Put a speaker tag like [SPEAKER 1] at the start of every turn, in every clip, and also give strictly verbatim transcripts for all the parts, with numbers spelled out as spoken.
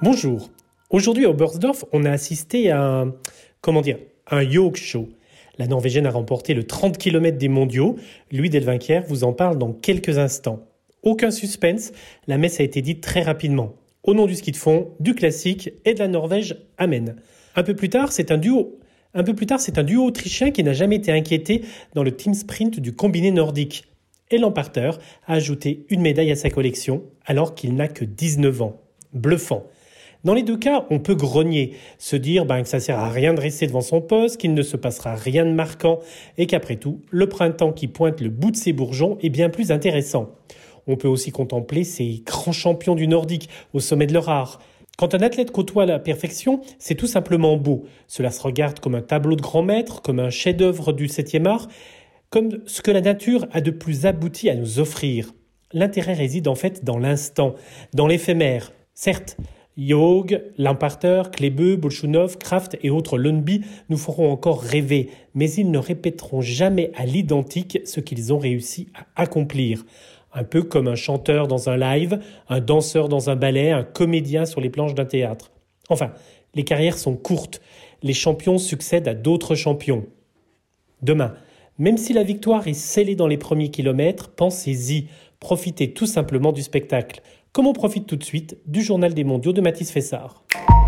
[SPEAKER 1] Bonjour. Aujourd'hui à Oberstdorf, on a assisté à un, comment dire, un yoke show. La Norvégienne a remporté le trente kilomètres des mondiaux. Louis Delvainquière vous en parle dans quelques instants. Aucun suspense, la messe a été dite très rapidement. Au nom du ski de fond, du classique et de la Norvège, amen. Un peu plus tard, c'est un duo. Un peu plus tard, c'est un duo autrichien qui n'a jamais été inquiété dans le team sprint du combiné nordique. Et Lamparter a ajouté une médaille à sa collection alors qu'il n'a que dix-neuf ans. Bluffant. Dans les deux cas, on peut grogner, se dire ben, que ça sert à rien de rester devant son poste, qu'il ne se passera rien de marquant et qu'après tout, le printemps qui pointe le bout de ses bourgeons est bien plus intéressant. On peut aussi contempler ces grands champions du nordique au sommet de leur art. Quand un athlète côtoie la perfection, c'est tout simplement beau. Cela se regarde comme un tableau de grand maître, comme un chef-d'œuvre du septième art, comme ce que la nature a de plus abouti à nous offrir. L'intérêt réside en fait dans l'instant, dans l'éphémère. Certes, Joog, Lamparter, Klebe, Bolshunov, Kraft et autres Lundby nous feront encore rêver, mais ils ne répéteront jamais à l'identique ce qu'ils ont réussi à accomplir. Un peu comme un chanteur dans un live, un danseur dans un ballet, un comédien sur les planches d'un théâtre. Enfin, les carrières sont courtes, les champions succèdent à d'autres champions. Demain, même si la victoire est scellée dans les premiers kilomètres, pensez-y, profitez tout simplement du spectacle. Comme on profite tout de suite du journal des mondiaux de Mathis Fessard.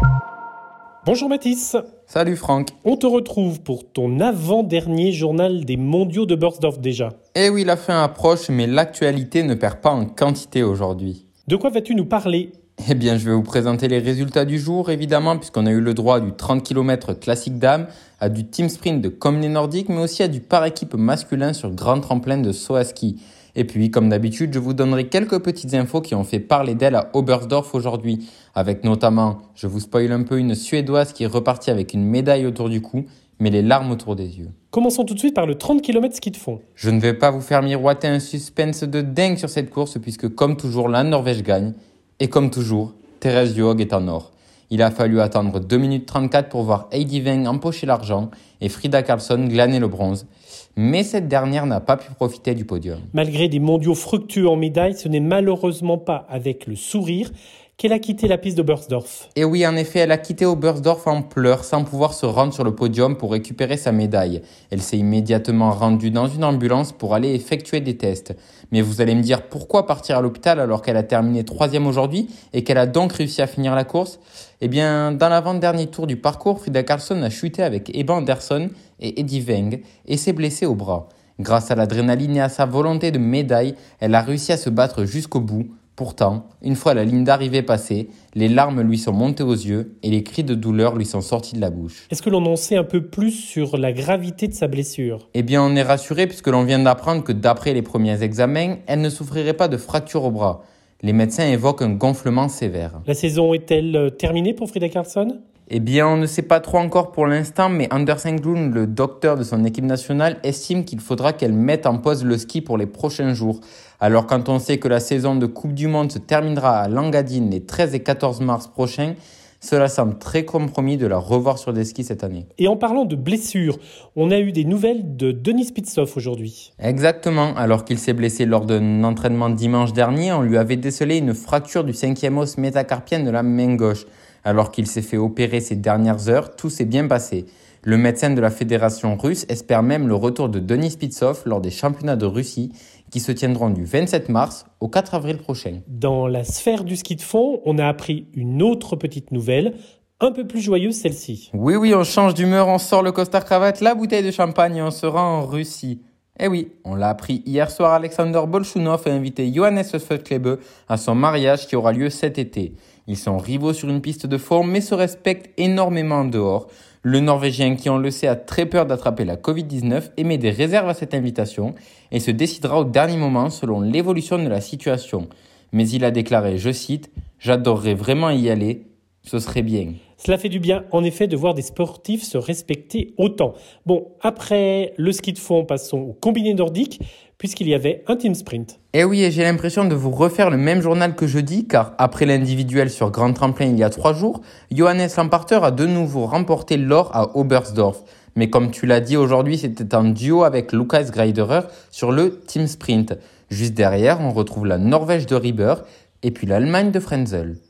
[SPEAKER 1] Bonjour Mathis.
[SPEAKER 2] Salut Franck.
[SPEAKER 1] On te retrouve pour ton avant-dernier journal des mondiaux de Oberstdorf déjà.
[SPEAKER 2] Eh oui, la fin approche, mais l'actualité ne perd pas en quantité aujourd'hui.
[SPEAKER 1] De quoi vas-tu nous parler ?
[SPEAKER 2] Eh bien, je vais vous présenter les résultats du jour, évidemment, puisqu'on a eu le droit du trente kilomètres classique dames, à du team sprint de combiné nordique, mais aussi à du par équipe masculin sur grand tremplin de saut à ski. Et puis, comme d'habitude, je vous donnerai quelques petites infos qui ont fait parler d'elle à Oberstdorf aujourd'hui, avec notamment, je vous spoil un peu, une Suédoise qui est repartie avec une médaille autour du cou, mais les larmes autour des yeux.
[SPEAKER 1] Commençons tout de suite par le trente kilomètres ski de fond.
[SPEAKER 2] Je ne vais pas vous faire miroiter un suspense de dingue sur cette course, puisque comme toujours, la Norvège gagne. Et comme toujours, Therese Johaug est en or. Il a fallu attendre deux minutes trente-quatre pour voir Heidi Weng empocher l'argent et Frida Karlsson glaner le bronze. Mais cette dernière n'a pas pu profiter du podium.
[SPEAKER 1] Malgré des mondiaux fructueux en médailles, ce n'est malheureusement pas avec le sourire qu'elle a quitté la piste d'Oberstdorf.
[SPEAKER 2] Et oui, en effet, elle a quitté Oberstdorf en pleurs sans pouvoir se rendre sur le podium pour récupérer sa médaille. Elle s'est immédiatement rendue dans une ambulance pour aller effectuer des tests. Mais vous allez me dire pourquoi partir à l'hôpital alors qu'elle a terminé troisième aujourd'hui et qu'elle a donc réussi à finir la course ? Eh bien, dans l'avant-dernier tour du parcours, Frida Karlsson a chuté avec Ebba Andersson et Heidi Weng et s'est blessée au bras. Grâce à l'adrénaline et à sa volonté de médaille, elle a réussi à se battre jusqu'au bout. Pourtant, une fois la ligne d'arrivée passée, les larmes lui sont montées aux yeux et les cris de douleur lui sont sortis de la bouche.
[SPEAKER 1] Est-ce que l'on en sait un peu plus sur la gravité de sa blessure ?
[SPEAKER 2] Eh bien, on est rassuré puisque l'on vient d'apprendre que d'après les premiers examens, elle ne souffrirait pas de fracture au bras. Les médecins évoquent un gonflement sévère.
[SPEAKER 1] La saison est-elle terminée pour Frida Karlsson ?
[SPEAKER 2] Eh bien, on ne sait pas trop encore pour l'instant, mais Anders Englund, le docteur de son équipe nationale, estime qu'il faudra qu'elle mette en pause le ski pour les prochains jours. Alors, quand on sait que la saison de Coupe du Monde se terminera à Langadine les treize et quatorze mars prochains, cela semble très compromis de la revoir sur des skis cette année.
[SPEAKER 1] Et en parlant de blessures, on a eu des nouvelles de Denis Spitsov aujourd'hui.
[SPEAKER 2] Exactement. Alors qu'il s'est blessé lors d'un entraînement dimanche dernier, on lui avait décelé une fracture du cinquième os métacarpien de la main gauche. Alors qu'il s'est fait opérer ces dernières heures, tout s'est bien passé. Le médecin de la fédération russe espère même le retour de Denis Spitsov lors des championnats de Russie qui se tiendront du vingt-sept mars au quatre avril prochain.
[SPEAKER 1] Dans la sphère du ski de fond, on a appris une autre petite nouvelle, un peu plus joyeuse celle-ci.
[SPEAKER 2] Oui, oui, on change d'humeur, on sort le costard cravate, la bouteille de champagne et on se rend en Russie. Eh oui, on l'a appris hier soir, Alexander Bolshunov a invité Johannes Klebe à son mariage qui aura lieu cet été. Ils sont rivaux sur une piste de fond mais se respectent énormément en dehors. Le Norvégien, qui on le sait a très peur d'attraper la covid dix-neuf, émet des réserves à cette invitation et se décidera au dernier moment selon l'évolution de la situation. Mais il a déclaré, je cite, « J'adorerais vraiment y aller, ce serait bien ».
[SPEAKER 1] Cela fait du bien, en effet, de voir des sportifs se respecter autant. Bon, après le ski de fond, passons au combiné nordique, puisqu'il y avait un team sprint.
[SPEAKER 2] Eh oui, et j'ai l'impression de vous refaire le même journal que jeudi, car après l'individuel sur grand tremplin il y a trois jours, Johannes Lamparter a de nouveau remporté l'or à Oberstdorf. Mais comme tu l'as dit aujourd'hui, c'était en duo avec Lukas Greiderer sur le team sprint. Juste derrière, on retrouve la Norvège de Rieber et puis l'Allemagne de Frenzel.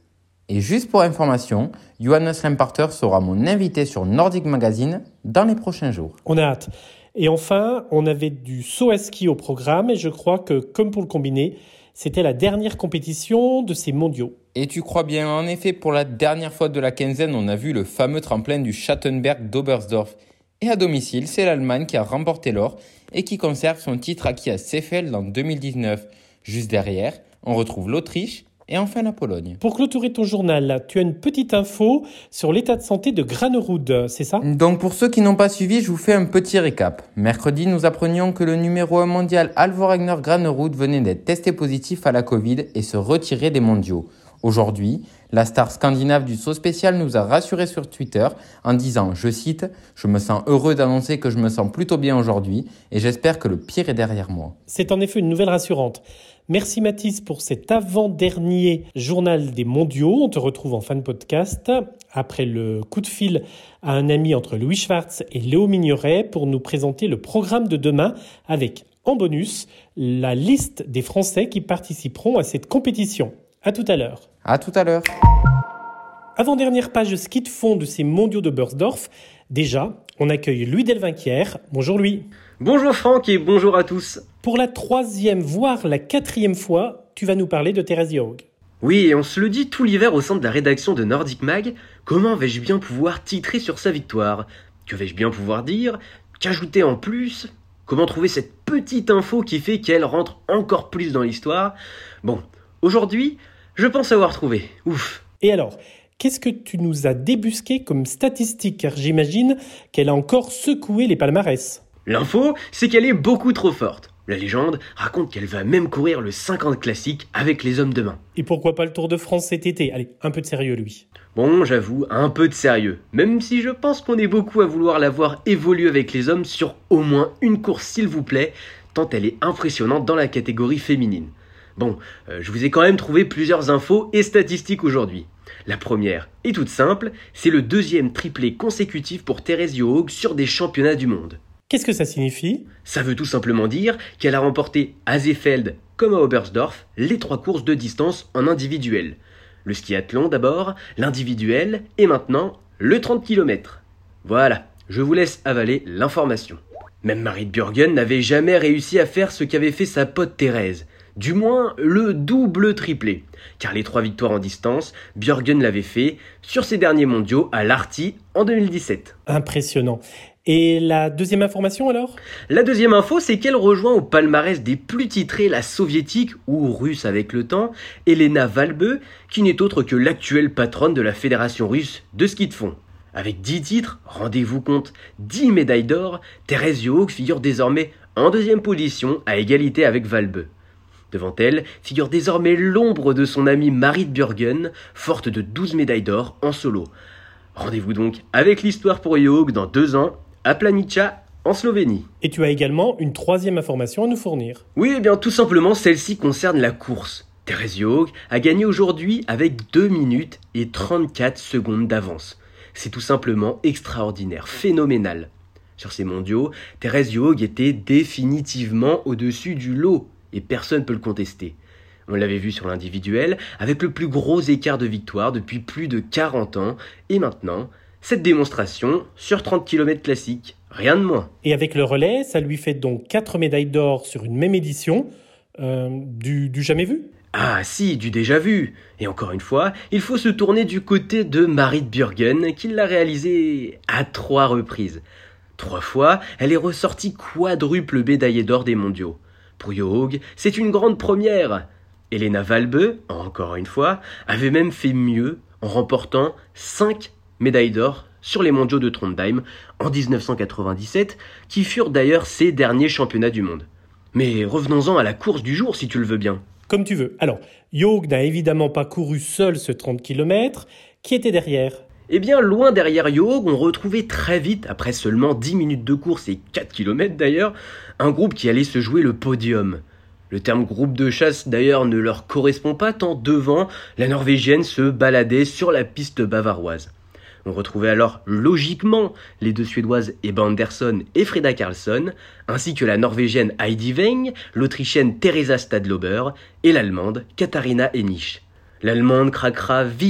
[SPEAKER 2] Et juste pour information, Johannes Lemparter sera mon invité sur Nordic Magazine dans les prochains jours.
[SPEAKER 1] On a hâte. Et enfin, on avait du saut à ski au programme et je crois que, comme pour le combiné, c'était la dernière compétition de ces mondiaux.
[SPEAKER 2] Et tu crois bien, en effet, pour la dernière fois de la quinzaine, on a vu le fameux tremplin du Schattenberg d'Oberstdorf. Et à domicile, c'est l'Allemagne qui a remporté l'or et qui conserve son titre acquis à Seefeld en deux mille dix-neuf. Juste derrière, on retrouve l'Autriche et enfin la Pologne.
[SPEAKER 1] Pour clôturer ton journal, tu as une petite info sur l'état de santé de Granerud, c'est ça ?
[SPEAKER 2] Donc pour ceux qui n'ont pas suivi, je vous fais un petit récap. Mercredi, nous apprenions que le numéro un mondial Halvor Egner Granerud venait d'être testé positif à la Covid et se retirer des mondiaux. Aujourd'hui, la star scandinave du saut spécial nous a rassurés sur Twitter en disant, je cite, « Je me sens heureux d'annoncer que je me sens plutôt bien aujourd'hui et j'espère que le pire est derrière moi. »
[SPEAKER 1] C'est en effet une nouvelle rassurante. Merci Mathis pour cet avant-dernier journal des mondiaux. On te retrouve en fin de podcast après le coup de fil à un ami entre Louis Schwartz et Léo Mignoret pour nous présenter le programme de demain avec, en bonus, la liste des Français qui participeront à cette compétition. À tout à l'heure.
[SPEAKER 2] À tout à l'heure.
[SPEAKER 1] Avant-dernière page de ski de fond de ces mondiaux de Oberstdorf. Déjà, on accueille Louis Delvinquière. Bonjour Louis.
[SPEAKER 3] Bonjour Franck et bonjour à tous.
[SPEAKER 1] Pour la troisième, voire la quatrième fois, tu vas nous parler de Therese Johaug.
[SPEAKER 3] Oui, et on se le dit tout l'hiver au sein de la rédaction de Nordic Mag, comment vais-je bien pouvoir titrer sur sa victoire ? Que vais-je bien pouvoir dire ? Qu'ajouter en plus ? Comment trouver cette petite info qui fait qu'elle rentre encore plus dans l'histoire ? Bon, aujourd'hui, je pense avoir trouvé. Ouf.
[SPEAKER 1] Et alors, qu'est-ce que tu nous as débusqué comme statistique ? Car j'imagine qu'elle a encore secoué les palmarès.
[SPEAKER 3] L'info, c'est qu'elle est beaucoup trop forte. La légende raconte qu'elle va même courir le cinquante classique avec les hommes de main.
[SPEAKER 1] Et pourquoi pas le Tour de France cet été ? Allez, un peu de sérieux, Louis.
[SPEAKER 3] Bon, j'avoue, un peu de sérieux. Même si je pense qu'on est beaucoup à vouloir la voir évoluer avec les hommes sur au moins une course, s'il vous plaît, tant elle est impressionnante dans la catégorie féminine. Bon, euh, je vous ai quand même trouvé plusieurs infos et statistiques aujourd'hui. La première est toute simple, c'est le deuxième triplé consécutif pour Therese Johaug sur des championnats du monde.
[SPEAKER 1] Qu'est-ce que ça signifie ?
[SPEAKER 3] Ça veut tout simplement dire qu'elle a remporté à Seefeld comme à Oberstdorf les trois courses de distance en individuel. Le skiathlon d'abord, l'individuel et maintenant le trente kilomètres. Voilà, je vous laisse avaler l'information. Même Marit Bjørgen n'avait jamais réussi à faire ce qu'avait fait sa pote Thérèse. Du moins, le double triplé. Car les trois victoires en distance, Bjørgen l'avait fait sur ses derniers mondiaux à Lahti en deux mille dix-sept.
[SPEAKER 1] Impressionnant. Et la deuxième information alors ?
[SPEAKER 3] La deuxième info, c'est qu'elle rejoint au palmarès des plus titrés la soviétique, ou russe avec le temps, Elena Valbö, qui n'est autre que l'actuelle patronne de la Fédération russe de ski de fond. Avec dix titres, rendez-vous compte, dix médailles d'or, Therese Johaug figure désormais en deuxième position à égalité avec Valbö. Devant elle figure désormais l'ombre de son amie Marit Bjørgen, forte de douze médailles d'or en solo. Rendez-vous donc avec l'histoire pour Johaug dans deux ans, à Planica, en Slovénie.
[SPEAKER 1] Et tu as également une troisième information à nous fournir.
[SPEAKER 3] Oui, eh bien tout simplement, celle-ci concerne la course. Therese Johaug a gagné aujourd'hui avec deux minutes et trente-quatre secondes d'avance. C'est tout simplement extraordinaire, phénoménal. Sur ces mondiaux, Therese Johaug était définitivement au-dessus du lot, et personne ne peut le contester. On l'avait vu sur l'individuel, avec le plus gros écart de victoire depuis plus de quarante ans, et maintenant, cette démonstration sur trente kilomètres classiques, rien de moins.
[SPEAKER 1] Et avec le relais, ça lui fait donc quatre médailles d'or sur une même édition, euh, du, du jamais vu ?
[SPEAKER 3] Ah si, du déjà vu. Et encore une fois, il faut se tourner du côté de Marit Bjørgen, qui l'a réalisé à trois reprises. Trois fois, elle est ressortie quadruple médaillée d'or des mondiaux. Pour Johaug, c'est une grande première. Elena Valbö, encore une fois, avait même fait mieux en remportant cinq médailles d'or sur les mondiaux de Trondheim en dix-neuf cent quatre-vingt-dix-sept, qui furent d'ailleurs ses derniers championnats du monde. Mais revenons-en à la course du jour si tu le veux bien.
[SPEAKER 1] Comme tu veux. Alors, Johaug n'a évidemment pas couru seul ce trente kilomètres. Qui était derrière ?
[SPEAKER 3] Eh bien, loin derrière Johaug, on retrouvait très vite, après seulement dix minutes de course et quatre kilomètres d'ailleurs, un groupe qui allait se jouer le podium. Le terme groupe de chasse d'ailleurs ne leur correspond pas tant devant, la Norvégienne se baladait sur la piste bavaroise. On retrouvait alors logiquement les deux Suédoises Ebba Andersson et Frida Karlsson, ainsi que la Norvégienne Heidi Weng, l'Autrichienne Theresa Stadlober et l'Allemande Katharina Hennig. L'Allemande craquera vite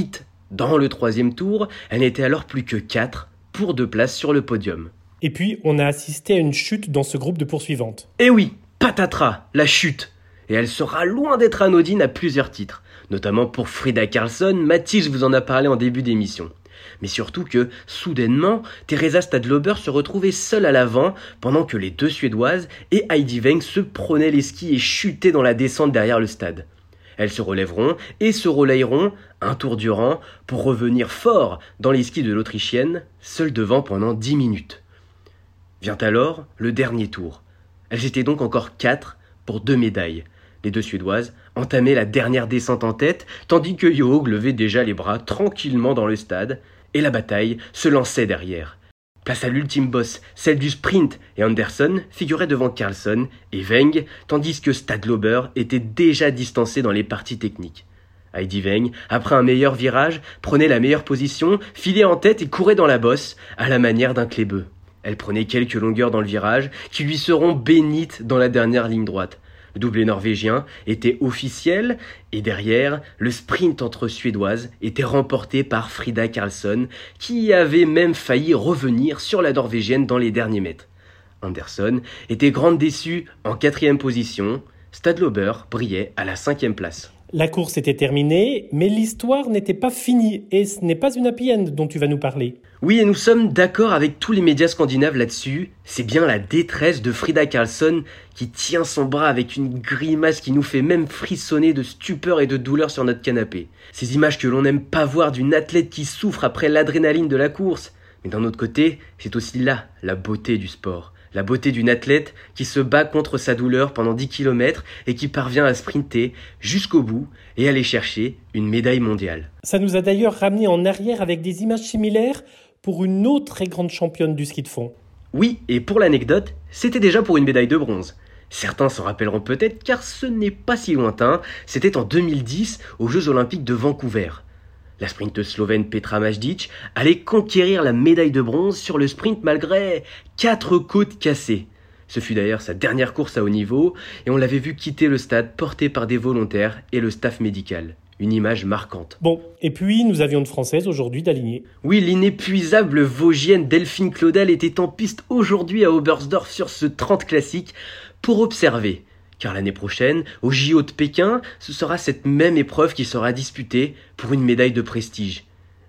[SPEAKER 3] Dans le troisième tour, elle n'était alors plus que quatre pour deux places sur le podium.
[SPEAKER 1] Et puis, on a assisté à une chute dans ce groupe de poursuivantes.
[SPEAKER 3] Et oui, patatras, la chute. Et elle sera loin d'être anodine à plusieurs titres, notamment pour Frida Karlsson. Mathis vous en a parlé en début d'émission. Mais surtout que, soudainement, Teresa Stadlober se retrouvait seule à l'avant pendant que les deux Suédoises et Heidi Weng se prenaient les skis et chutaient dans la descente derrière le stade. Elles se relèveront et se relayeront, un tour durant, pour revenir fort dans les skis de l'Autrichienne, seule devant pendant dix minutes. Vient alors le dernier tour. Elles étaient donc encore quatre pour deux médailles. Les deux Suédoises entamaient la dernière descente en tête, tandis que Johaug levait déjà les bras tranquillement dans le stade, et la bataille se lançait derrière. Place à l'ultime bosse, celle du sprint, et Anderson figurait devant Karlsson et Weng, tandis que Stadlober était déjà distancé dans les parties techniques. Heidi Weng, après un meilleur virage, prenait la meilleure position, filait en tête et courait dans la bosse, à la manière d'un clébeux. Elle prenait quelques longueurs dans le virage, qui lui seront bénites dans la dernière ligne droite. Le doublé norvégien était officiel et derrière, le sprint entre Suédoises était remporté par Frida Karlsson qui avait même failli revenir sur la norvégienne dans les derniers mètres. Anderson était grande déçue en quatrième position, Stadlober brillait à la cinquième place.
[SPEAKER 1] La course était terminée, mais l'histoire n'était pas finie et ce n'est pas une happy end dont tu vas nous parler.
[SPEAKER 3] Oui, et nous sommes d'accord avec tous les médias scandinaves là-dessus. C'est bien la détresse de Frida Karlsson qui tient son bras avec une grimace qui nous fait même frissonner de stupeur et de douleur sur notre canapé. Ces images que l'on n'aime pas voir d'une athlète qui souffre après l'adrénaline de la course. Mais d'un autre côté, c'est aussi là la beauté du sport. La beauté d'une athlète qui se bat contre sa douleur pendant dix kilomètres et qui parvient à sprinter jusqu'au bout et aller chercher une médaille mondiale.
[SPEAKER 1] Ça nous a d'ailleurs ramené en arrière avec des images similaires pour une autre très grande championne du ski de fond.
[SPEAKER 3] Oui, et pour l'anecdote, c'était déjà pour une médaille de bronze. Certains s'en rappelleront peut-être car ce n'est pas si lointain, c'était en deux mille dix aux Jeux Olympiques de Vancouver. La sprinteuse slovène Petra Majdic allait conquérir la médaille de bronze sur le sprint malgré quatre côtes cassées. Ce fut d'ailleurs sa dernière course à haut niveau et on l'avait vu quitter le stade porté par des volontaires et le staff médical. Une image marquante.
[SPEAKER 1] Bon, et puis nous avions une Française aujourd'hui d'aligner.
[SPEAKER 3] Oui, l'inépuisable Vosgienne Delphine Claudel était en piste aujourd'hui à Oberstdorf sur ce trente classique pour observer. Car l'année prochaine, au J O de Pékin, ce sera cette même épreuve qui sera disputée pour une médaille de prestige.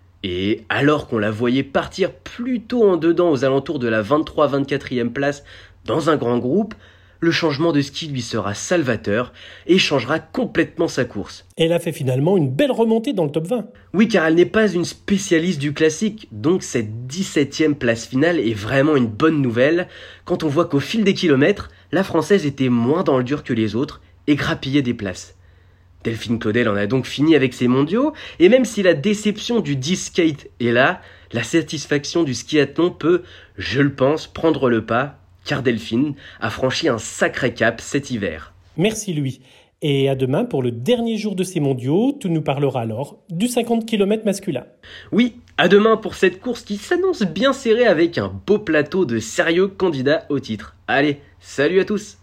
[SPEAKER 3] Et alors qu'on la voyait partir plutôt en dedans aux alentours de la vingt-trois vingt-quatrième place dans un grand groupe, le changement de ski lui sera salvateur et changera complètement sa course.
[SPEAKER 1] Elle a fait finalement une belle remontée dans le top vingt.
[SPEAKER 3] Oui, car elle n'est pas une spécialiste du classique, donc cette dix-septième place finale est vraiment une bonne nouvelle quand on voit qu'au fil des kilomètres, la Française était moins dans le dur que les autres et grappillait des places. Delphine Claudel en a donc fini avec ses mondiaux, et même si la déception du disc skate est là, la satisfaction du skiathlon peut, je le pense, prendre le pas, car Delphine a franchi un sacré cap cet hiver.
[SPEAKER 1] Merci Louis. Et à demain pour le dernier jour de ces mondiaux, tu nous parleras alors du cinquante kilomètres masculin.
[SPEAKER 3] Oui, à demain pour cette course qui s'annonce bien serrée avec un beau plateau de sérieux candidats au titre. Allez, salut à tous!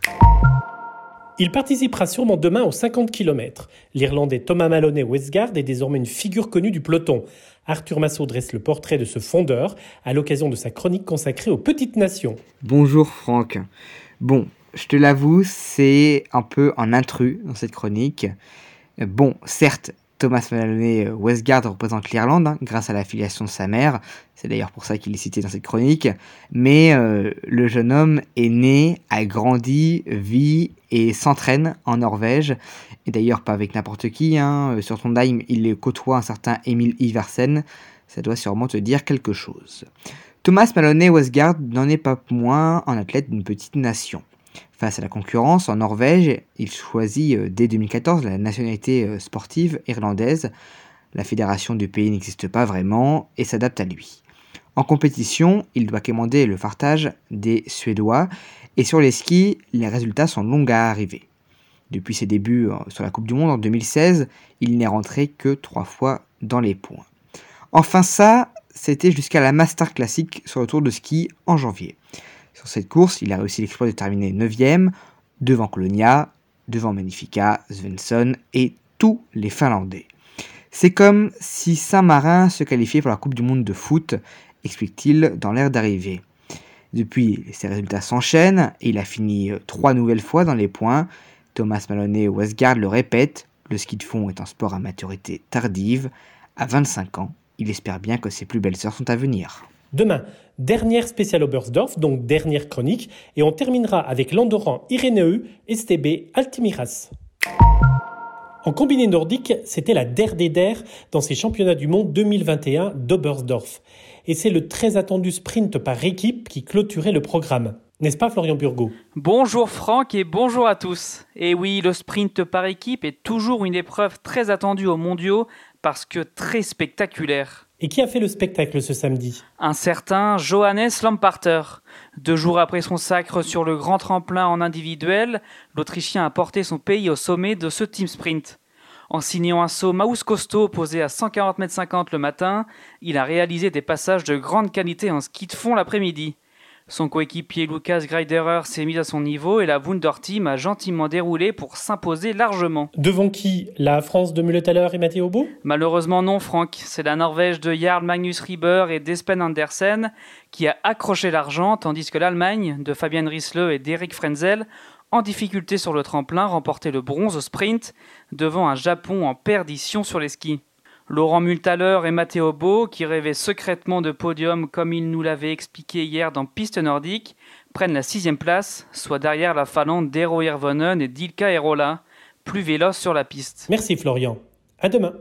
[SPEAKER 1] Il participera sûrement demain aux cinquante kilomètres. L'Irlandais Thomas Maloney Westgard est désormais une figure connue du peloton. Arthur Massot dresse le portrait de ce fondeur à l'occasion de sa chronique consacrée aux petites nations.
[SPEAKER 4] Bonjour Franck. Bon, je te l'avoue, c'est un peu un intrus dans cette chronique. Bon, certes, Thomas Maloney Westgard représente l'Irlande hein, grâce à l'affiliation de sa mère. C'est d'ailleurs pour ça qu'il est cité dans cette chronique. Mais euh, le jeune homme est né, a grandi, vit et s'entraîne en Norvège. Et d'ailleurs pas avec n'importe qui. Hein. Sur Trondheim, il côtoie un certain Emil Iversen. Ça doit sûrement te dire quelque chose. Thomas Maloney Westgard n'en est pas moins un athlète d'une petite nation. Face à la concurrence, en Norvège, il choisit dès deux mille quatorze la nationalité sportive irlandaise. La fédération du pays n'existe pas vraiment et s'adapte à lui. En compétition, il doit quémander le fartage des Suédois et sur les skis, les résultats sont longs à arriver. Depuis ses débuts sur la Coupe du Monde en deux mille seize, il n'est rentré que trois fois dans les points. Enfin ça, c'était jusqu'à la Master Classic sur le Tour de ski en janvier. Sur cette course, il a réussi l'exploit de terminer neuvième, devant Colonia, devant Magnifica, Svensson et tous les Finlandais. C'est comme si Saint-Marin se qualifiait pour la Coupe du Monde de foot, explique-t-il dans l'air d'arrivée. Depuis, ses résultats s'enchaînent et il a fini trois nouvelles fois dans les points. Thomas Maloney Westgard le répète, le ski de fond est un sport à maturité tardive. À vingt-cinq ans, il espère bien que ses plus belles heures sont à venir.
[SPEAKER 1] Demain, dernière spéciale Oberstdorf, donc dernière chronique, et on terminera avec l'Andorran Iréneu S T B Altimiras. En combiné nordique, c'était la der des der dans ces championnats du monde deux mille vingt et un d'Oberstdorf. Et c'est le très attendu sprint par équipe qui clôturait le programme. N'est-ce pas Florian Burgot ?
[SPEAKER 5] Bonjour Franck et bonjour à tous. Et oui, le sprint par équipe est toujours une épreuve très attendue aux mondiaux parce que très spectaculaire.
[SPEAKER 1] Et qui a fait le spectacle ce samedi ?
[SPEAKER 5] Un certain Johannes Lamparter. Deux jours après son sacre sur le grand tremplin en individuel, l'Autrichien a porté son pays au sommet de ce team sprint. En signant un saut Maus costaud posé à cent quarante mètres cinquante le matin, il a réalisé des passages de grande qualité en ski de fond l'après-midi. Son coéquipier Lukas Greiderer s'est mis à son niveau et la Wunder Team a gentiment déroulé pour s'imposer largement.
[SPEAKER 1] Devant qui ? La France de Müller-Thaler et Matteo Bo ?
[SPEAKER 5] Malheureusement non Franck, c'est la Norvège de Jarl Magnus Rieber et d'Espen Andersen qui a accroché l'argent, tandis que l'Allemagne de Fabian Riesle et d'Erik Frenzel, en difficulté sur le tremplin, remportait le bronze au sprint devant un Japon en perdition sur les skis. Laurent Müller-Thaler et Matteo Bo, qui rêvaient secrètement de podium comme ils nous l'avaient expliqué hier dans Piste Nordique, prennent la sixième place, soit derrière la Finlande d'Eero Hirvonen et d'Ilkka Erola, plus véloce sur la piste.
[SPEAKER 1] Merci Florian. À demain.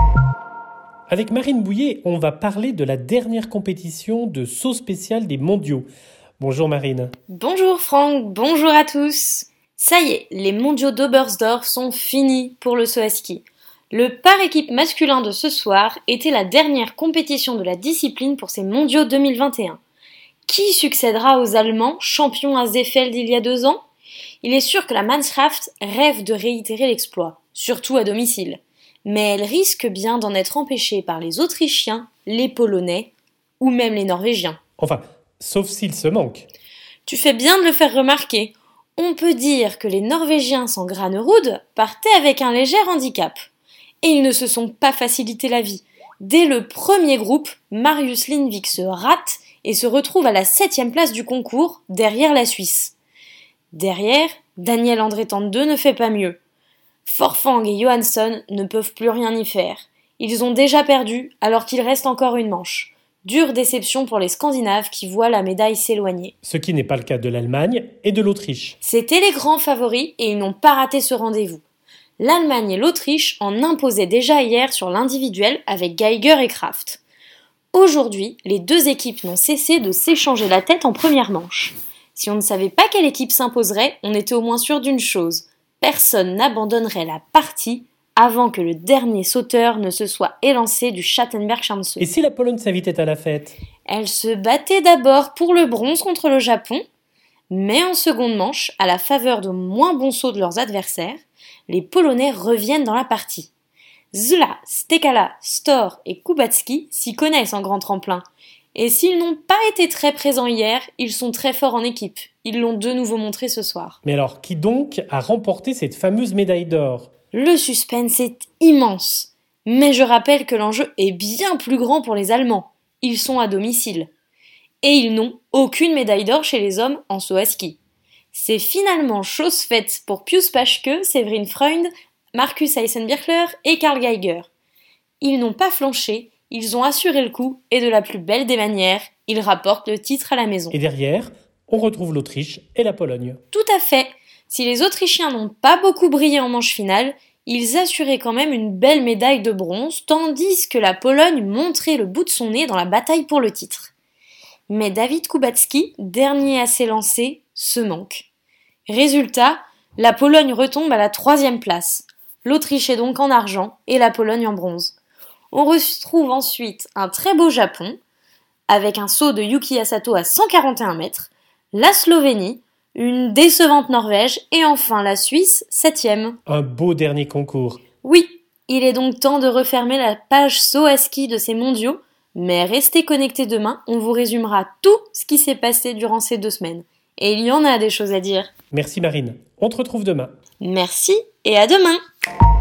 [SPEAKER 1] Avec Marine Bouillet, on va parler de la dernière compétition de saut spécial des mondiaux. Bonjour Marine.
[SPEAKER 6] Bonjour Franck, bonjour à tous. Ça y est, les mondiaux d'Oberstdorf sont finis pour le saut à ski. Le par équipe masculin de ce soir était la dernière compétition de la discipline pour ces mondiaux deux mille vingt et un. Qui succédera aux Allemands, champions à Seefeld il y a deux ans ? Il est sûr que la Mannschaft rêve de réitérer l'exploit, surtout à domicile. Mais elle risque bien d'en être empêchée par les Autrichiens, les Polonais ou même les Norvégiens.
[SPEAKER 1] Enfin, sauf s'ils se manquent.
[SPEAKER 6] Tu fais bien de le faire remarquer. On peut dire que les Norvégiens sans Granerud partaient avec un léger handicap. Et ils ne se sont pas facilité la vie. Dès le premier groupe, Marius Lindvik se rate et se retrouve à la septième place du concours, derrière la Suisse. Derrière, Daniel André Tande ne fait pas mieux. Forfang et Johansson ne peuvent plus rien y faire. Ils ont déjà perdu alors qu'il reste encore une manche. Dure déception pour les Scandinaves qui voient la médaille s'éloigner.
[SPEAKER 1] Ce qui n'est pas le cas de l'Allemagne et de l'Autriche.
[SPEAKER 6] C'étaient les grands favoris et ils n'ont pas raté ce rendez-vous. L'Allemagne et l'Autriche en imposaient déjà hier sur l'individuel avec Geiger et Kraft. Aujourd'hui, les deux équipes n'ont cessé de s'échanger la tête en première manche. Si on ne savait pas quelle équipe s'imposerait, on était au moins sûr d'une chose. Personne n'abandonnerait la partie avant que le dernier sauteur ne se soit élancé du Schattenberg-Schanze.
[SPEAKER 1] Et si la Pologne s'invitait à la fête ?
[SPEAKER 6] Elle se battait d'abord pour le bronze contre le Japon, mais en seconde manche, à la faveur de moins bons sauts de leurs adversaires, les Polonais reviennent dans la partie. Zla, Stekala, Stor et Kubacki s'y connaissent en grand tremplin. Et s'ils n'ont pas été très présents hier, ils sont très forts en équipe. Ils l'ont de nouveau montré ce soir.
[SPEAKER 1] Mais alors, qui donc a remporté cette fameuse médaille d'or ?
[SPEAKER 6] Le suspense est immense. Mais je rappelle que l'enjeu est bien plus grand pour les Allemands. Ils sont à domicile. Et ils n'ont aucune médaille d'or chez les hommes en saut à ski. C'est finalement chose faite pour Pius Paschke, Severin Freund, Markus Eisenbichler et Karl Geiger. Ils n'ont pas flanché, ils ont assuré le coup et de la plus belle des manières, ils rapportent le titre à la maison.
[SPEAKER 1] Et derrière, on retrouve l'Autriche et la Pologne.
[SPEAKER 6] Tout à fait. Si les Autrichiens n'ont pas beaucoup brillé en manche finale, ils assuraient quand même une belle médaille de bronze, tandis que la Pologne montrait le bout de son nez dans la bataille pour le titre. Mais David Kubacki, dernier à s'élancer, se manque. Résultat, la Pologne retombe à la troisième place. L'Autriche est donc en argent et la Pologne en bronze. On retrouve ensuite un très beau Japon, avec un saut de Yuki Asato à cent quarante et un mètres, la Slovénie, une décevante Norvège et enfin la Suisse, septième.
[SPEAKER 1] Un beau dernier concours.
[SPEAKER 6] Oui, il est donc temps de refermer la page saut à ski de ces mondiaux, mais restez connectés demain, on vous résumera tout ce qui s'est passé durant ces deux semaines. Et il y en a des choses à dire.
[SPEAKER 1] Merci Marine. On te retrouve demain.
[SPEAKER 6] Merci et à demain.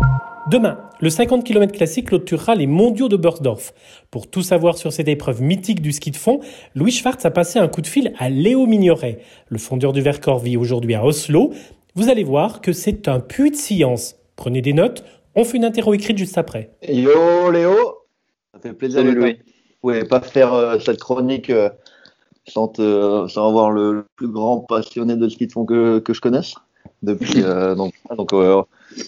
[SPEAKER 1] Demain, le cinquante kilomètres classique clôturera les mondiaux de Beursdorf. Pour tout savoir sur cette épreuve mythique du ski de fond, Louis Schwartz a passé un coup de fil à Léo Mignoret. Le fondeur du Vercors vit aujourd'hui à Oslo. Vous allez voir que c'est un puits de science. Prenez des notes, on fait une interro écrite juste après.
[SPEAKER 7] Yo Léo, ça fait plaisir
[SPEAKER 3] Salut
[SPEAKER 7] de
[SPEAKER 3] Louis.
[SPEAKER 7] Vous pouvez pas faire euh, cette chronique euh, sans, te, sans avoir le plus grand passionné de ski de fond que, que je connaisse. Depuis, euh, donc, donc euh,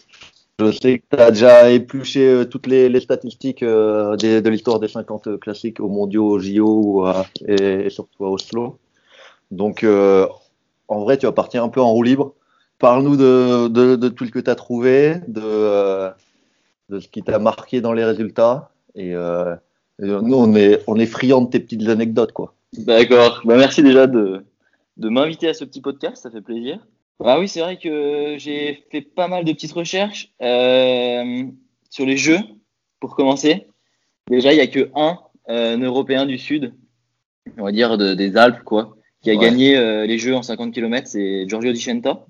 [SPEAKER 7] je sais que tu as déjà épluché euh, toutes les, les statistiques euh, des, de l'histoire des cinquante classiques aux mondiaux, aux J O ou à- et, et surtout à Oslo. Donc, euh, en vrai, tu vas partir un peu en roue libre. Parle-nous de, de, de tout ce que tu as trouvé, de, euh, de ce qui t'a marqué dans les résultats. Et, euh, et nous, on est, on est friands de tes petites anecdotes, quoi.
[SPEAKER 8] D'accord. Bah, merci déjà de, de m'inviter à ce petit podcast, ça fait plaisir. Ah oui, c'est vrai que j'ai fait pas mal de petites recherches euh, sur les Jeux, pour commencer. Déjà, il n'y a que un euh, Européen du Sud, on va dire de- des Alpes, quoi, qui a
[SPEAKER 7] Ouais.
[SPEAKER 8] gagné euh, les Jeux en cinquante kilomètres, c'est Giorgio Di Centa,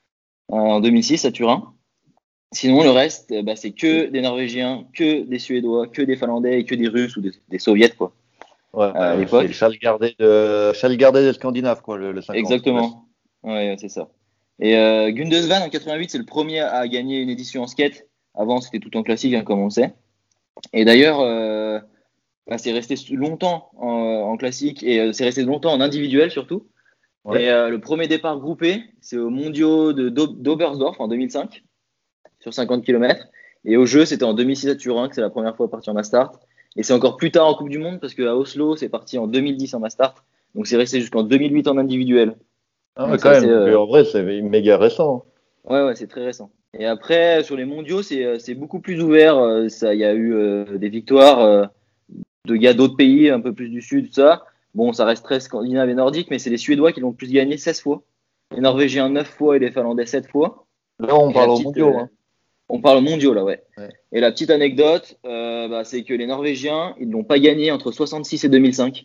[SPEAKER 8] en deux mille six à Turin. Sinon, le reste, euh, bah, c'est que des Norvégiens, que des Suédois, que des Finlandais et que des Russes ou des, des Soviets, quoi.
[SPEAKER 7] Ouais,
[SPEAKER 8] À
[SPEAKER 7] euh,
[SPEAKER 8] l'époque.
[SPEAKER 7] c'est le Charles Gardet de, Charles Gardet des Scandinaves, quoi, le, le cinquante.
[SPEAKER 8] Exactement. Ouais, ouais, c'est ça. Et euh, Gundesvan en quatre-vingt-huit, c'est le premier à gagner une édition en skate. Avant, c'était tout en classique, hein, comme on le sait. Et d'ailleurs, euh, bah, c'est resté longtemps en, en classique et euh, c'est resté longtemps en individuel surtout.
[SPEAKER 7] Ouais.
[SPEAKER 8] Et euh, le premier départ groupé, c'est aux mondiaux de d'O- d'Oberstdorf en deux mille cinq, sur cinquante kilomètres. Et au jeu, c'était en deux mille six à Turin, que c'est la première fois parti en Mastart. Et c'est encore plus tard en Coupe du Monde, parce qu'à Oslo, c'est parti en deux mille dix en Mastart. Donc c'est resté jusqu'en deux mille huit en individuel.
[SPEAKER 7] Ah, ouais,
[SPEAKER 8] Donc,
[SPEAKER 7] quand
[SPEAKER 8] ça,
[SPEAKER 7] même.
[SPEAKER 8] c'est, euh,
[SPEAKER 7] En vrai, c'est méga récent.
[SPEAKER 8] Ouais, ouais, c'est très récent. Et après, sur les mondiaux, c'est euh, c'est beaucoup plus ouvert. Euh, Ça, il y a eu euh, des victoires euh, de gars d'autres pays, un peu plus du sud, tout ça. Bon, ça reste très scandinave et nordique, mais c'est les Suédois qui l'ont le plus gagné seize fois. Les Norvégiens neuf fois et les Finlandais sept fois.
[SPEAKER 7] Là, on
[SPEAKER 8] Et
[SPEAKER 7] parle
[SPEAKER 8] la
[SPEAKER 7] aux
[SPEAKER 8] petite,
[SPEAKER 7] mondiaux.
[SPEAKER 8] euh,
[SPEAKER 7] Hein.
[SPEAKER 8] On parle mondiaux, là, ouais.
[SPEAKER 7] Ouais.
[SPEAKER 8] Et la petite anecdote, euh, bah, c'est que les Norvégiens, ils l'ont pas gagné entre soixante-six et deux mille cinq.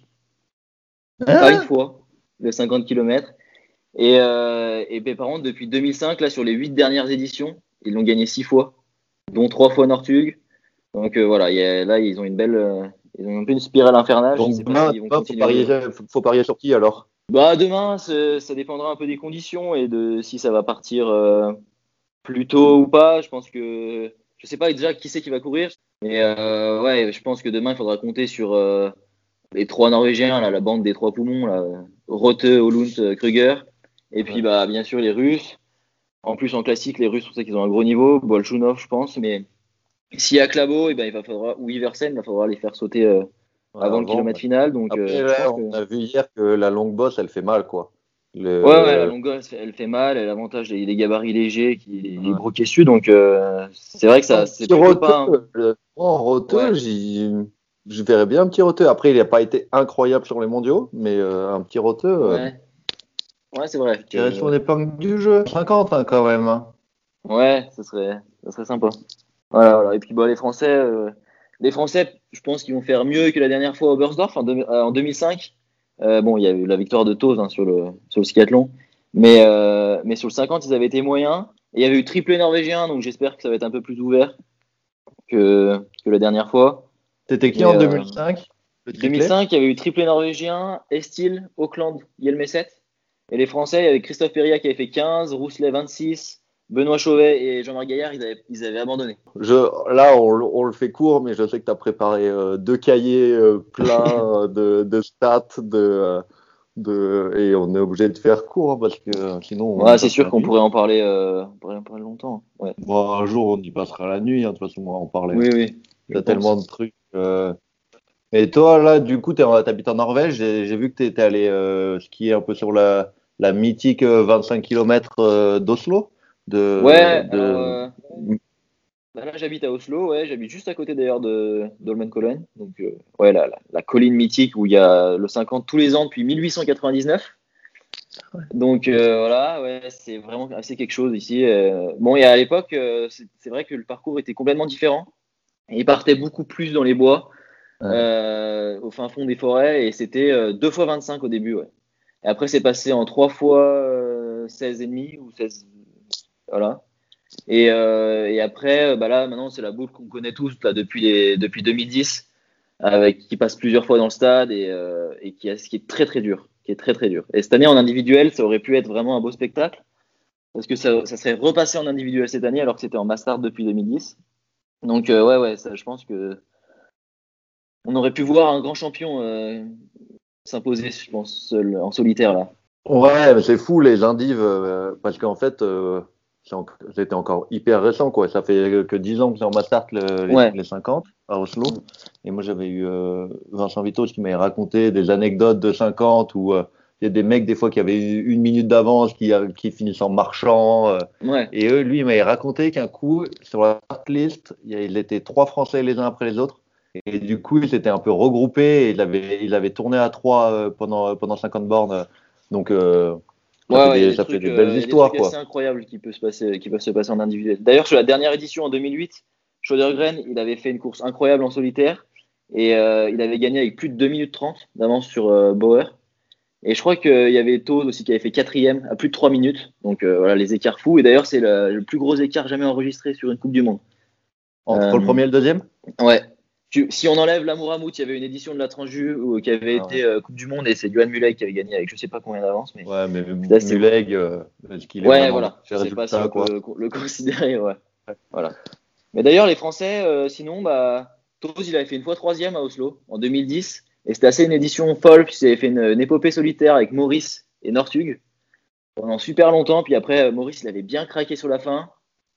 [SPEAKER 8] Pas une fois, le cinquante kilomètres. Et, euh, et ben, par contre, depuis deux mille cinq, là, sur les huit dernières éditions, ils l'ont gagné six fois, dont trois fois Northug. Donc euh, voilà, il y a- là, ils ont une belle, euh, ils ont un peu une spirale infernale. Je
[SPEAKER 7] Donc
[SPEAKER 8] sais pas
[SPEAKER 7] demain,
[SPEAKER 8] s'ils vont
[SPEAKER 7] demain, faut,
[SPEAKER 8] continuer.
[SPEAKER 7] parier, faut, faut parier sur qui alors?
[SPEAKER 8] Bah demain, c'est- ça dépendra un peu des conditions et de si ça va partir euh, plus tôt ou pas. Je pense que je sais pas déjà qui c'est qui va courir, mais euh, ouais, je pense que demain, il faudra compter sur euh, les trois Norvégiens, là, la bande des trois poumons, là, Rote, Holund, Kruger, et puis
[SPEAKER 7] Ouais.
[SPEAKER 8] bah bien sûr les Russes. En plus, en classique, les Russes, on sait qu'ils ont un gros niveau. Bolchunov, je pense. Mais s'il y a Klabo, eh ben, il va falloir, ou Iversen, il va falloir les faire sauter euh, avant le kilomètre final. Donc,
[SPEAKER 7] Après,
[SPEAKER 8] euh, je
[SPEAKER 7] ouais,
[SPEAKER 8] pense
[SPEAKER 7] on
[SPEAKER 8] que...
[SPEAKER 7] a vu hier que la longue bosse, elle fait mal, quoi. Le...
[SPEAKER 8] Ouais, ouais, la longueur, elle fait, elle fait mal. Et l'avantage des, des gabarits légers, qui les
[SPEAKER 7] Ouais.
[SPEAKER 8] gros caissieux. Donc, euh, c'est vrai que ça, c'est
[SPEAKER 7] petit
[SPEAKER 8] plutôt
[SPEAKER 7] roteux,
[SPEAKER 8] pas. un-
[SPEAKER 7] le- en roteux,
[SPEAKER 8] Ouais.
[SPEAKER 7] j'y- je verrais bien un petit roteux. Après, il n'a pas été incroyable sur les mondiaux, mais euh, un petit roteux, euh,
[SPEAKER 8] Ouais, ouais, c'est vrai.
[SPEAKER 7] je dirais
[SPEAKER 8] que-
[SPEAKER 7] son épingle du jeu. cinquante hein, quand même. Hein.
[SPEAKER 8] Ouais, ça serait, ça serait sympa. Voilà, voilà. Et puis, bah, les Français, euh, les Français, je pense qu'ils vont faire mieux que la dernière fois au Beursdorf en, deux- euh, en deux mille cinq. Euh, bon, il y a eu la victoire de Toz hein, sur le sur le skiathlon, mais euh, mais sur le cinquante, ils avaient été moyens. Et il y avait eu triplé norvégien, donc j'espère que ça va être un peu plus ouvert que que la dernière fois.
[SPEAKER 7] C'était qui
[SPEAKER 8] Mais,
[SPEAKER 7] en
[SPEAKER 8] euh,
[SPEAKER 7] deux mille cinq le triplé?
[SPEAKER 8] deux mille cinq, il y avait eu triplé norvégien, Estil, Auckland, Yelmeset. Et les Français, il y avait Christophe Péria qui avait fait quinze, Rousselet vingt-six, Benoît Chauvet et Jean-Marc Gaillard, ils avaient, ils avaient abandonné.
[SPEAKER 7] Je, là, on, le- on le fait court, mais je sais que tu as préparé euh, deux cahiers euh, pleins euh, de, de stats, de, euh, de, et on est obligé de faire court hein, parce que euh, sinon. on
[SPEAKER 8] Ouais,
[SPEAKER 7] y
[SPEAKER 8] c'est sûr
[SPEAKER 7] passera
[SPEAKER 8] qu'on
[SPEAKER 7] la nuit.
[SPEAKER 8] pourrait en parler, euh, on pourrait en parler longtemps. Ouais.
[SPEAKER 7] Bon, un jour, on y passera la nuit. hein, De toute façon, on va en parler.
[SPEAKER 8] Oui, oui.
[SPEAKER 7] Il y a
[SPEAKER 8] je
[SPEAKER 7] tellement
[SPEAKER 8] pense.
[SPEAKER 7] de trucs. euh. Et toi, là, du coup, tu habites en Norvège. J'ai j'ai vu que tu étais allé euh, skier un peu sur la, la mythique euh, vingt-cinq kilomètres euh, d'Oslo. De,
[SPEAKER 8] Ouais,
[SPEAKER 7] de...
[SPEAKER 8] alors euh, bah là j'habite à Oslo, ouais, j'habite juste à côté d'ailleurs de d'Holmenkollen. Donc euh, ouais, la, la, la colline mythique où il y a le cinquante tous les ans depuis mille huit cent quatre-vingt-dix-neuf. Donc euh, voilà, ouais, c'est vraiment assez quelque chose ici. Euh, bon, et à l'époque, euh, c'est c'est vrai que le parcours était complètement différent. Et il partait beaucoup plus dans les bois,
[SPEAKER 7] Ouais.
[SPEAKER 8] euh, au fin fond des forêts, et c'était euh, deux fois vingt-cinq au début, ouais. Et après, c'est passé en trois fois euh, seize et demi ou seize, voilà. Et, euh, et après, bah là, maintenant, c'est la boucle qu'on connaît tous là, depuis, les, depuis deux mille dix, avec, qui passe plusieurs fois dans le stade et, euh, et qui, a, qui est très très dur. Qui est très très dur. Et cette année, en individuel, ça aurait pu être vraiment un beau spectacle, parce que ça, ça serait repassé en individuel cette année, alors que c'était en master depuis deux mille dix. Donc, euh, ouais, ouais, ça, je pense que on aurait pu voir un grand champion euh, s'imposer, je pense, seul, en solitaire là.
[SPEAKER 7] Ouais, mais c'est fou les indives, euh, parce qu'en fait, euh, c'est en- c'était encore hyper récent, quoi. Ça fait que dix ans que c'est en Mastart le- les,
[SPEAKER 8] Ouais.
[SPEAKER 7] les cinquante à Oslo. Et moi, j'avais eu euh, Vincent Vitos qui m'avait raconté des anecdotes de cinquante où euh, il y a des mecs, des fois, qui avaient une minute d'avance, qui, euh, qui finissent en marchant. euh.
[SPEAKER 8] Ouais,
[SPEAKER 7] Et eux, lui, il m'avait raconté qu'un coup, sur la start list, il y a- il était trois Français les uns après les autres. Et du coup, ils s'étaient un peu regroupés et il avait, il avait tourné à trois euh, pendant, pendant cinquante bornes. Donc, euh, ça
[SPEAKER 8] ouais,
[SPEAKER 7] fait
[SPEAKER 8] ouais, il y a
[SPEAKER 7] des,
[SPEAKER 8] des
[SPEAKER 7] ça
[SPEAKER 8] trucs,
[SPEAKER 7] fait des
[SPEAKER 8] euh,
[SPEAKER 7] belles
[SPEAKER 8] il y a des
[SPEAKER 7] histoires,
[SPEAKER 8] trucs
[SPEAKER 7] quoi.
[SPEAKER 8] assez incroyables qui peuvent se passer, qui peuvent se passer en individuel. D'ailleurs, sur la dernière édition en deux mille huit, Södergren, il avait fait une course incroyable en solitaire et euh, il avait gagné avec plus de deux minutes trente d'avance sur euh, Bauer. Et je crois qu'il y avait Toz aussi qui avait fait quatrième à plus de trois minutes. Donc euh, voilà, les écarts fous. Et d'ailleurs, c'est le, le plus gros écart jamais enregistré sur une Coupe du Monde.
[SPEAKER 7] Entre
[SPEAKER 8] Euh,
[SPEAKER 7] le premier et le deuxième?
[SPEAKER 8] Ouais. Tu- si on enlève l'Amouramout, il y avait une édition de la Transju où- qui avait
[SPEAKER 7] Ah
[SPEAKER 8] été euh, Coupe du Monde et c'est Johan Muley qui avait gagné avec je sais pas combien d'avance. Mais...
[SPEAKER 7] Ouais, mais
[SPEAKER 8] Là, c'est-
[SPEAKER 7] Muleg, euh, est-ce qu'il est
[SPEAKER 8] Ouais,
[SPEAKER 7] vraiment
[SPEAKER 8] voilà.
[SPEAKER 7] chez
[SPEAKER 8] Je sais pas si
[SPEAKER 7] résultat,
[SPEAKER 8] on
[SPEAKER 7] quoi.
[SPEAKER 8] peut le, le considérer. Ouais. Voilà. Mais d'ailleurs, les Français, euh, sinon, bah, Toz, il avait fait une fois troisième à Oslo en deux mille dix. Et c'était assez une édition folle, puisqu'il avait fait une, une épopée solitaire avec Maurice et Northug pendant super longtemps. Puis après, euh, Maurice, il avait bien craqué sur la fin.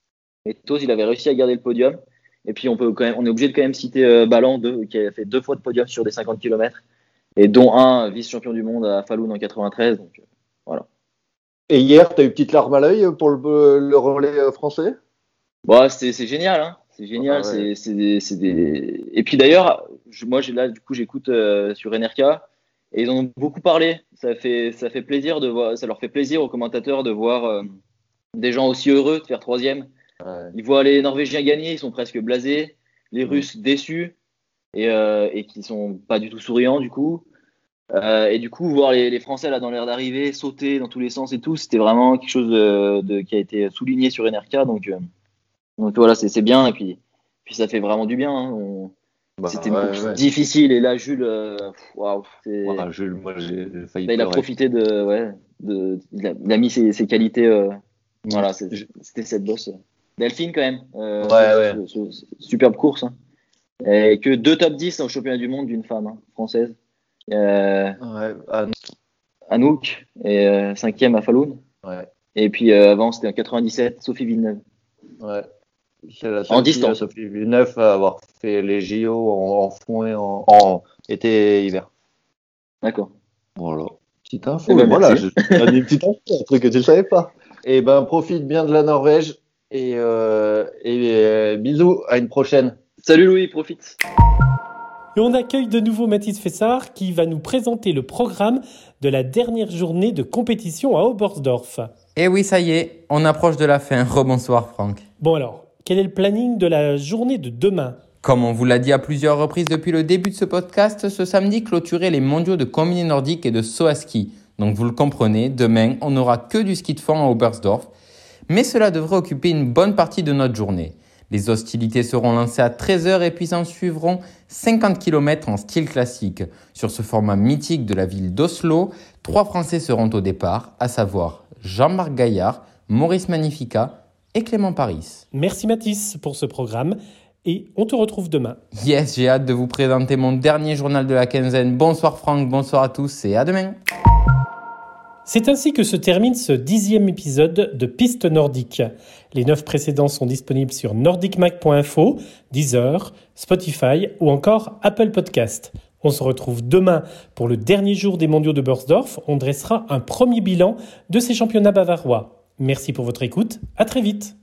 [SPEAKER 8] Et Toz, il avait réussi à garder le podium. Et puis, on, peut quand même, on est obligé de quand même citer euh, Ballan, deux, qui a fait deux fois de podium sur des cinquante kilomètres. Et dont un vice-champion du monde à Falun en quatre-vingt-treize. Donc, euh, voilà.
[SPEAKER 7] Et hier, t'as eu une petite larme à l'œil pour le, le relais euh, français?
[SPEAKER 8] Bon, c'est, c'est génial, hein. C'est génial.
[SPEAKER 7] Ah ouais.
[SPEAKER 8] c'est, c'est des, c'est des... Et puis d'ailleurs, je- moi, j'ai, là, du coup, j'écoute euh, sur N R K et ils en ont beaucoup parlé. Ça fait, ça fait plaisir de voir, ça leur fait plaisir aux commentateurs de voir euh, des gens aussi heureux de faire troisième.
[SPEAKER 7] Ouais.
[SPEAKER 8] Ils voient les Norvégiens gagner, ils sont presque blasés. Les
[SPEAKER 7] Mm.
[SPEAKER 8] Russes déçus et, euh, et qui sont pas du tout souriants du coup. Euh, et du coup, voir les, les Français là dans l'air d'arrivée, sauter dans tous les sens et tout, c'était vraiment quelque chose de, de- qui a été souligné sur N R K. Donc, euh, donc voilà, c'est, c'est bien. Et puis, puis ça fait vraiment du bien. Hein. On-
[SPEAKER 7] Bah,
[SPEAKER 8] C'était une
[SPEAKER 7] ouais,
[SPEAKER 8] course
[SPEAKER 7] ouais.
[SPEAKER 8] difficile. Et là, Jules, euh, pff, waouh, c'est-
[SPEAKER 7] Voilà, Jules, moi, j'ai failli
[SPEAKER 8] là, il a
[SPEAKER 7] pleurer.
[SPEAKER 8] profité de, ouais, de, il a, il a mis ses, ses qualités. euh,
[SPEAKER 7] Mm.
[SPEAKER 8] Voilà, c'est- c'était cette bosse. Delphine quand même. Euh,
[SPEAKER 7] Ouais, ouais.
[SPEAKER 8] ce- ce- superbe course. Hein. Et que deux top dix au championnat du monde d'une femme hein, française. Euh,
[SPEAKER 7] Ouais, ah,
[SPEAKER 8] Anouk et euh, cinquième à Falun.
[SPEAKER 7] ouais,
[SPEAKER 8] Et puis euh, avant, c'était en quatre-vingt-dix-sept, Sophie Villeneuve.
[SPEAKER 7] ouais. C'est la
[SPEAKER 8] En
[SPEAKER 7] seule fille,
[SPEAKER 8] distance.
[SPEAKER 7] Sophie Villeneuve, à avoir fait les J O en, en fond et en, en été et hiver.
[SPEAKER 8] D'accord.
[SPEAKER 7] Voilà. Petite info.
[SPEAKER 8] Eh ben,
[SPEAKER 7] voilà,
[SPEAKER 8] merci.
[SPEAKER 7] je te donne une petite info, un truc que tu ne savais pas. Et ben, profite bien de la Norvège et, euh, et euh, bisous, à une prochaine.
[SPEAKER 8] Salut Louis, profite.
[SPEAKER 1] Et on accueille de nouveau Mathis Fessard qui va nous présenter le programme de la dernière journée de compétition à Oberstdorf.
[SPEAKER 2] Et oui, ça y est, on approche de la fin. Rebonsoir Franck.
[SPEAKER 1] Bon alors, quel est le planning de la journée de demain ?
[SPEAKER 2] Comme on vous l'a dit à plusieurs reprises depuis le début de ce podcast, ce samedi clôturait les mondiaux de combiné nordique et de saut à ski. Donc vous le comprenez, demain, on n'aura que du ski de fond à Oberstdorf. Mais cela devrait occuper une bonne partie de notre journée. Les hostilités seront lancées à treize heures et puis s'en suivront cinquante kilomètres en style classique. Sur ce format mythique de la ville d'Oslo, trois Français seront au départ, à savoir Jean-Marc Gaillard, Maurice Magnifica et Clément Paris.
[SPEAKER 1] Merci Mathis pour ce programme et on te retrouve demain.
[SPEAKER 2] Yes, j'ai hâte de vous présenter mon dernier journal de la quinzaine. Bonsoir Franck, bonsoir à tous et à demain.
[SPEAKER 1] C'est ainsi que se termine ce dixième épisode de Piste Nordique. Les neuf précédents sont disponibles sur nordic mag point info, Deezer, Spotify ou encore Apple Podcast. On se retrouve demain pour le dernier jour des mondiaux de Oberstdorf. On dressera un premier bilan de ces championnats bavarois. Merci pour votre écoute. À très vite.